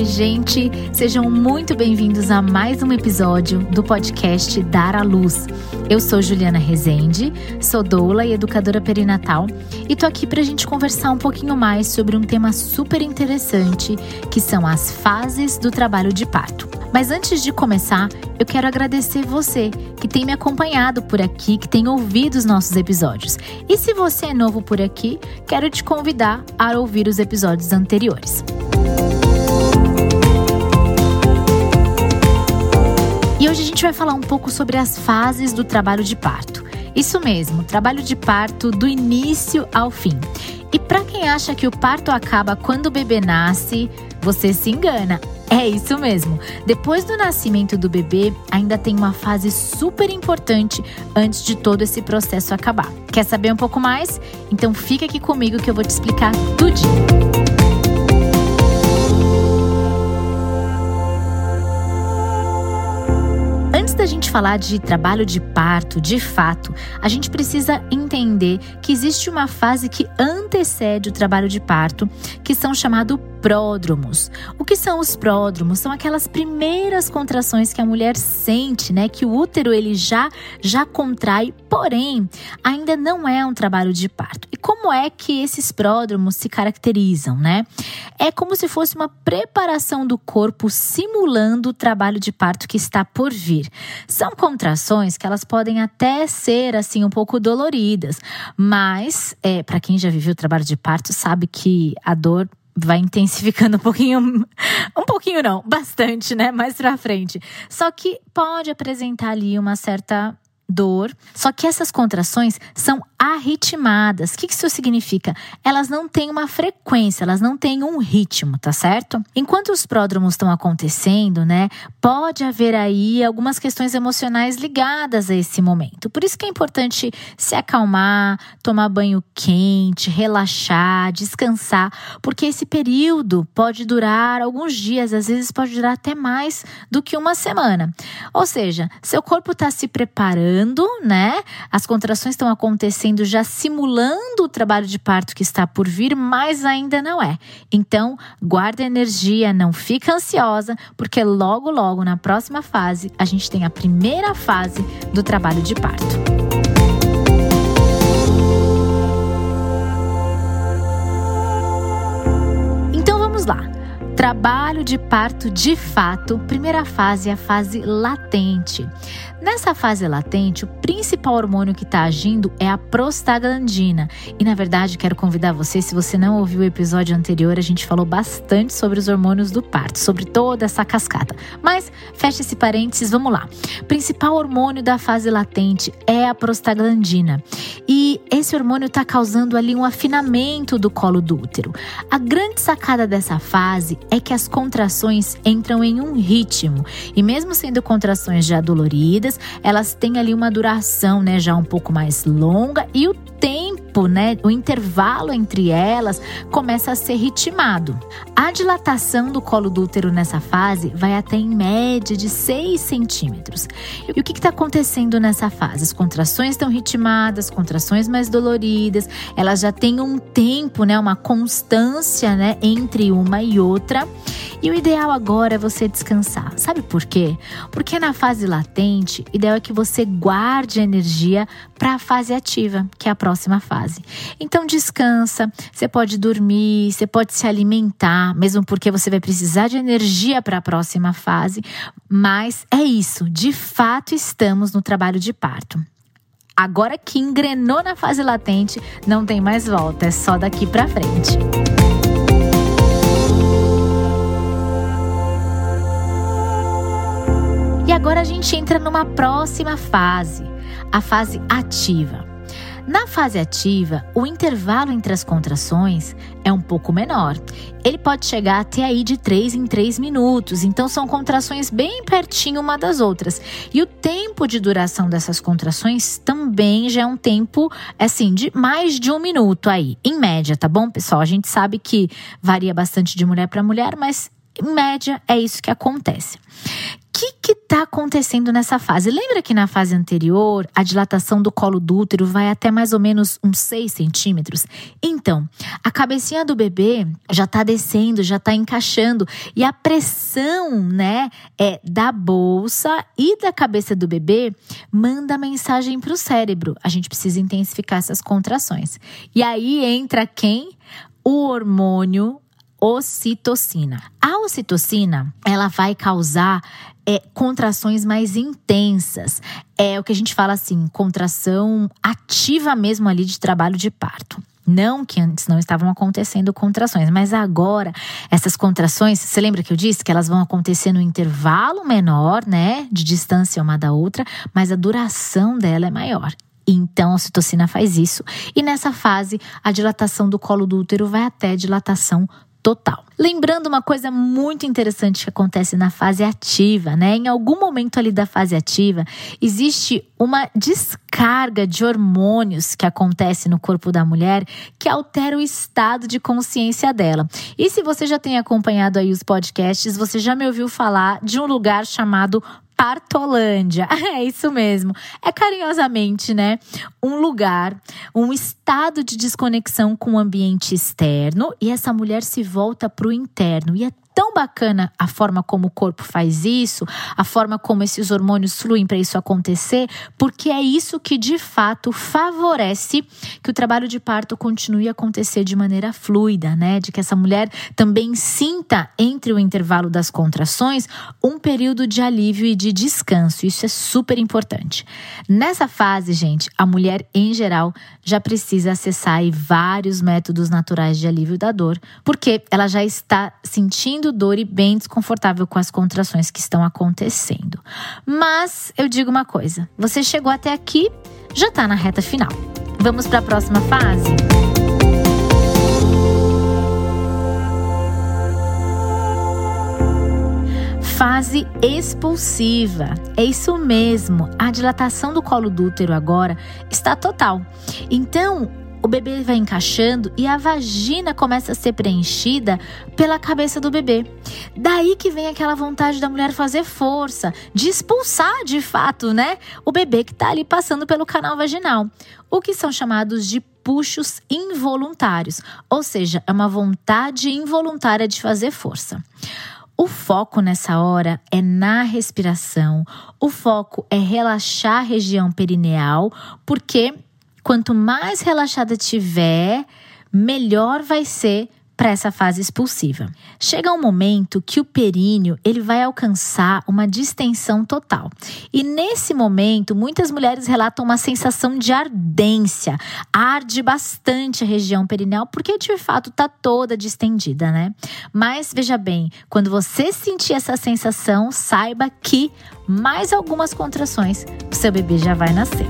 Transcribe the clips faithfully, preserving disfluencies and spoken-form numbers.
gente! Sejam muito bem-vindos a mais um episódio do podcast Dar à Luz. Eu sou Juliana Rezende, sou doula e educadora perinatal e tô aqui pra gente conversar um pouquinho mais sobre um tema super interessante, que são as fases do trabalho de parto. Mas antes de começar, eu quero agradecer você que tem me acompanhado por aqui, que tem ouvido os nossos episódios. E se você é novo por aqui, quero te convidar a ouvir os episódios anteriores. E hoje a gente vai falar um pouco sobre as fases do trabalho de parto. Isso mesmo, trabalho de parto do início ao fim. E para quem acha que o parto acaba quando o bebê nasce, você se engana. É isso mesmo. Depois do nascimento do bebê, ainda tem uma fase super importante antes de todo esse processo acabar. Quer saber um pouco mais? Então fica aqui comigo que eu vou te explicar tudinho. Antes da gente falar de trabalho de parto, de fato, a gente precisa entender que existe uma fase que antecede o trabalho de parto, que são chamados pródromos. O que são os pródromos? São aquelas primeiras contrações que a mulher sente, né? Que o útero ele já, já contrai, porém, ainda não é um trabalho de parto. E como é que esses pródromos se caracterizam, né? É como se fosse uma preparação do corpo simulando o trabalho de parto que está por vir. São contrações que elas podem até ser, assim, um pouco doloridas, mas, é, para quem já viveu o trabalho de parto, sabe que a dor vai intensificando um pouquinho, um pouquinho não, bastante, né, mais pra frente. Só que pode apresentar ali uma certa dor, só que essas contrações são arritmadas. O que isso significa? Elas não têm uma frequência, elas não têm um ritmo, tá certo? Enquanto os pródromos estão acontecendo, né, pode haver aí algumas questões emocionais ligadas a esse momento. Por isso que é importante se acalmar, tomar banho quente, relaxar, descansar, porque esse período pode durar alguns dias, às vezes pode durar até mais do que uma semana. Ou seja, seu corpo está se preparando, né? As contrações estão acontecendo já simulando o trabalho de parto que está por vir, mas ainda não é. Então, guarda energia, não fica ansiosa, porque logo, logo, na próxima fase, a gente tem a primeira fase do trabalho de parto. Então, vamos lá. Trabalho de parto de fato, primeira fase é a fase latente. Nessa fase latente, o principal hormônio que está agindo é a prostaglandina. E na verdade, quero convidar você, se você não ouviu o episódio anterior, a gente falou bastante sobre os hormônios do parto, sobre toda essa cascata. Mas, fecha esse parênteses, vamos lá. O principal hormônio da fase latente é a prostaglandina. E esse hormônio está causando ali um afinamento do colo do útero. A grande sacada dessa fase é que as contrações entram em um ritmo. E mesmo sendo contrações já doloridas, elas têm ali uma duração, né, já um pouco mais longa, e o tempo, né, o intervalo entre elas começa a ser ritmado. A dilatação do colo do útero nessa fase vai até em média de seis centímetros. E o que está acontecendo nessa fase? As contrações estão ritmadas, contrações mais doloridas, elas já têm um tempo, né, uma constância, né, entre uma e outra. E o ideal agora é você descansar. Sabe por quê? Porque na fase latente, o ideal é que você guarde a energia para a fase ativa, que é a próxima fase. Então descansa, você pode dormir, você pode se alimentar, mesmo porque você vai precisar de energia para a próxima fase. Mas é isso, de fato estamos no trabalho de parto. Agora que engrenou na fase latente, não tem mais volta, é só daqui para frente. E agora a gente entra numa próxima fase, a fase ativa. Na fase ativa, o intervalo entre as contrações é um pouco menor. Ele pode chegar até aí de três em três minutos, então são contrações bem pertinho uma das outras. E o tempo de duração dessas contrações também já é um tempo, assim, de mais de um minuto aí, em média, tá bom, pessoal? A gente sabe que varia bastante de mulher para mulher, mas em média é isso que acontece. O que que está acontecendo nessa fase? Lembra que na fase anterior, a dilatação do colo do útero vai até mais ou menos uns seis centímetros? Então, a cabecinha do bebê já está descendo, já está encaixando e a pressão, né, é, da bolsa e da cabeça do bebê manda mensagem para o cérebro. A gente precisa intensificar essas contrações. E aí entra quem? O hormônio ocitocina. A ocitocina, ela vai causar é, contrações mais intensas. É o que a gente fala assim, contração ativa mesmo ali de trabalho de parto. Não que antes não estavam acontecendo contrações, mas agora essas contrações, você lembra que eu disse que elas vão acontecer no intervalo menor, né, de distância uma da outra, mas a duração dela é maior. Então, a ocitocina faz isso. E nessa fase, a dilatação do colo do útero vai até dilatação total. Lembrando uma coisa muito interessante que acontece na fase ativa, né? Em algum momento ali da fase ativa, existe uma descarga de hormônios que acontece no corpo da mulher que altera o estado de consciência dela. E se você já tem acompanhado aí os podcasts, você já me ouviu falar de um lugar chamado Partolândia. É isso mesmo. É carinhosamente, né? Um lugar, um estado de desconexão com o ambiente externo e essa mulher se volta para o interno. E é tão bacana a forma como o corpo faz isso, a forma como esses hormônios fluem para isso acontecer, porque é isso que de fato favorece que o trabalho de parto continue a acontecer de maneira fluida, né? De que essa mulher também sinta entre o intervalo das contrações um período de alívio e de descanso. Isso é super importante. Nessa fase, gente, a mulher em geral já precisa acessar aí vários métodos naturais de alívio da dor, porque ela já está sentindo dor e bem desconfortável com as contrações que estão acontecendo. Mas eu digo uma coisa, você chegou até aqui, já está na reta final. Vamos para a próxima fase? Fase expulsiva. É isso mesmo, a dilatação do colo do útero agora está total. Então, o bebê vai encaixando e a vagina começa a ser preenchida pela cabeça do bebê. Daí que vem aquela vontade da mulher fazer força, de expulsar de fato, né, o bebê que está ali passando pelo canal vaginal. O que são chamados de puxos involuntários, ou seja, é uma vontade involuntária de fazer força. O foco nessa hora é na respiração, o foco é relaxar a região perineal, porque quanto mais relaxada tiver, melhor vai ser para essa fase expulsiva. Chega um momento que o períneo ele vai alcançar uma distensão total. E nesse momento, muitas mulheres relatam uma sensação de ardência. Arde bastante a região perineal porque de fato está toda distendida, né? Mas veja bem, quando você sentir essa sensação, saiba que mais algumas contrações, o seu bebê já vai nascer.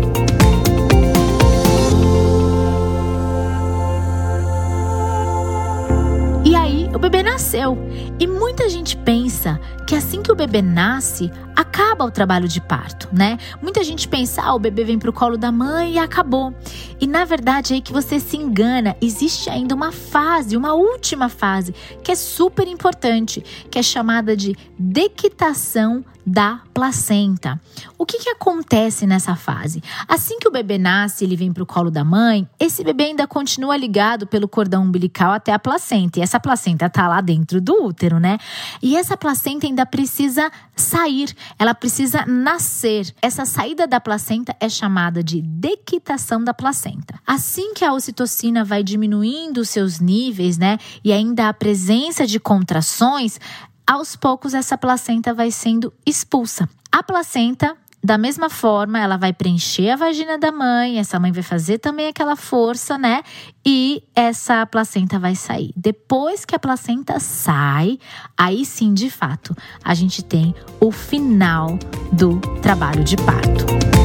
E aí, o bebê nasceu. E muita gente pensa que assim que o bebê nasce, acaba o trabalho de parto, né? Muita gente pensa, ah, o bebê vem pro colo da mãe e acabou. E na verdade é aí que você se engana. Existe ainda uma fase, uma última fase, que é super importante, que é chamada de dequitação da placenta. O que que acontece nessa fase? Assim que o bebê nasce, ele vem para o colo da mãe, esse bebê ainda continua ligado pelo cordão umbilical até a placenta. E essa placenta tá lá dentro do útero, né? E essa placenta ainda precisa sair, ela precisa nascer. Essa saída da placenta é chamada de dequitação da placenta. Assim que a ocitocina vai diminuindo os seus níveis, né? E ainda a presença de contrações, aos poucos essa placenta vai sendo expulsa. A placenta, da mesma forma, ela vai preencher a vagina da mãe, essa mãe vai fazer também aquela força, né? E essa placenta vai sair. Depois que a placenta sai, aí sim, de fato, a gente tem o final do trabalho de parto.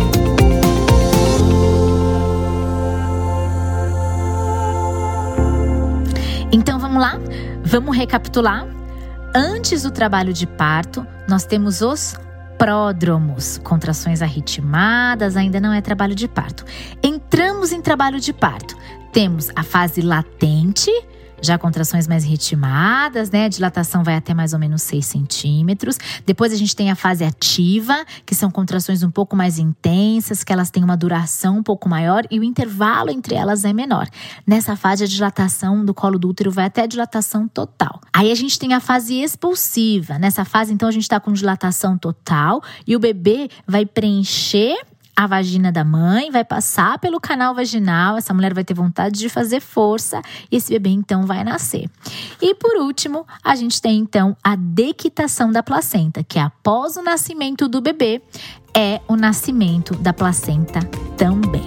Então vamos lá? Vamos recapitular? Antes do trabalho de parto, nós temos os pródromos, contrações arritmadas, ainda não é trabalho de parto. Entramos em trabalho de parto. Temos a fase latente, já contrações mais ritmadas, né? A dilatação vai até mais ou menos seis centímetros. Depois a gente tem a fase ativa, que são contrações um pouco mais intensas, que elas têm uma duração um pouco maior e o intervalo entre elas é menor. Nessa fase, a dilatação do colo do útero vai até a dilatação total. Aí a gente tem a fase expulsiva. Nessa fase, então, a gente está com dilatação total e o bebê vai preencher a vagina da mãe, vai passar pelo canal vaginal, essa mulher vai ter vontade de fazer força e esse bebê então vai nascer. E por último, a gente tem então a dequitação da placenta, que é após o nascimento do bebê, é o nascimento da placenta também.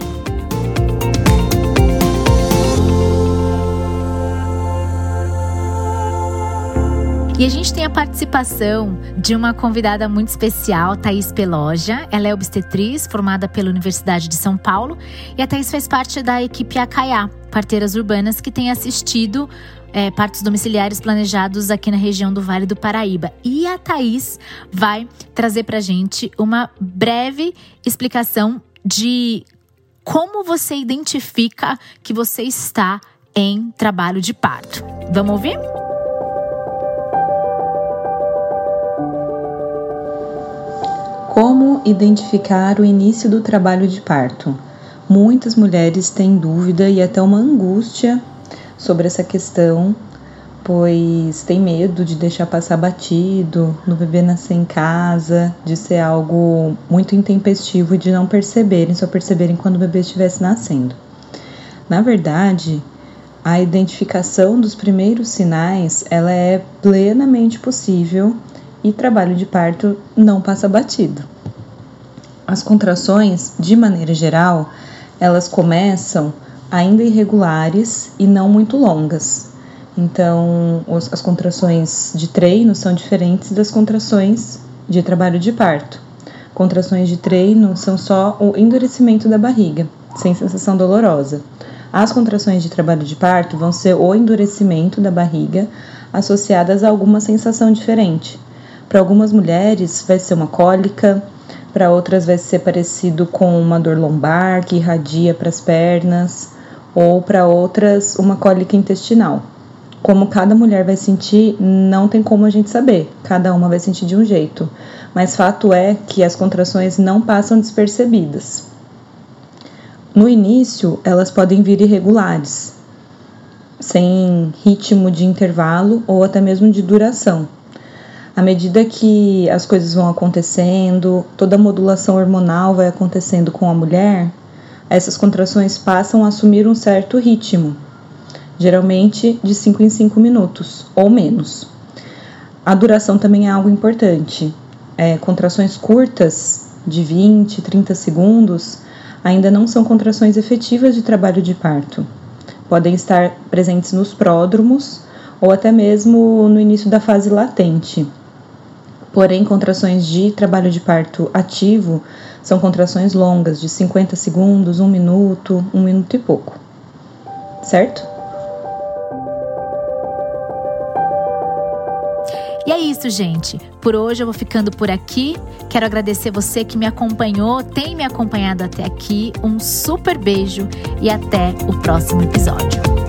E a gente tem a participação de uma convidada muito especial, Thaís Peloja. Ela é obstetriz, formada pela Universidade de São Paulo. E a Thaís faz parte da equipe Acaiá, parteiras urbanas, que tem assistido é, partos domiciliares planejados aqui na região do Vale do Paraíba. E a Thaís vai trazer pra gente uma breve explicação de como você identifica que você está em trabalho de parto. Vamos ouvir? Como identificar o início do trabalho de parto? Muitas mulheres têm dúvida e até uma angústia sobre essa questão, pois tem medo de deixar passar batido, no bebê nascer em casa, de ser algo muito intempestivo e de não perceberem, só perceberem quando o bebê estivesse nascendo. Na verdade, a identificação dos primeiros sinais, ela é plenamente possível e trabalho de parto não passa batido. As contrações, de maneira geral, elas começam ainda irregulares e não muito longas. Então, as contrações de treino são diferentes das contrações de trabalho de parto. Contrações de treino são só o endurecimento da barriga, sem sensação dolorosa. As contrações de trabalho de parto vão ser o endurecimento da barriga associadas a alguma sensação diferente. Para algumas mulheres vai ser uma cólica, para outras vai ser parecido com uma dor lombar que irradia para as pernas, ou para outras uma cólica intestinal. Como cada mulher vai sentir, não tem como a gente saber, cada uma vai sentir de um jeito, mas fato é que as contrações não passam despercebidas. No início, elas podem vir irregulares, sem ritmo de intervalo ou até mesmo de duração. À medida que as coisas vão acontecendo, toda a modulação hormonal vai acontecendo com a mulher, essas contrações passam a assumir um certo ritmo, geralmente de cinco em cinco minutos ou menos. A duração também é algo importante. É, contrações curtas, de vinte, trinta segundos, ainda não são contrações efetivas de trabalho de parto. Podem estar presentes nos pródromos ou até mesmo no início da fase latente. Porém, contrações de trabalho de parto ativo são contrações longas, de cinquenta segundos, um minuto, um minuto e pouco. Certo? E é isso, gente. Por hoje eu vou ficando por aqui. Quero agradecer você que me acompanhou, tem me acompanhado até aqui. Um super beijo e até o próximo episódio.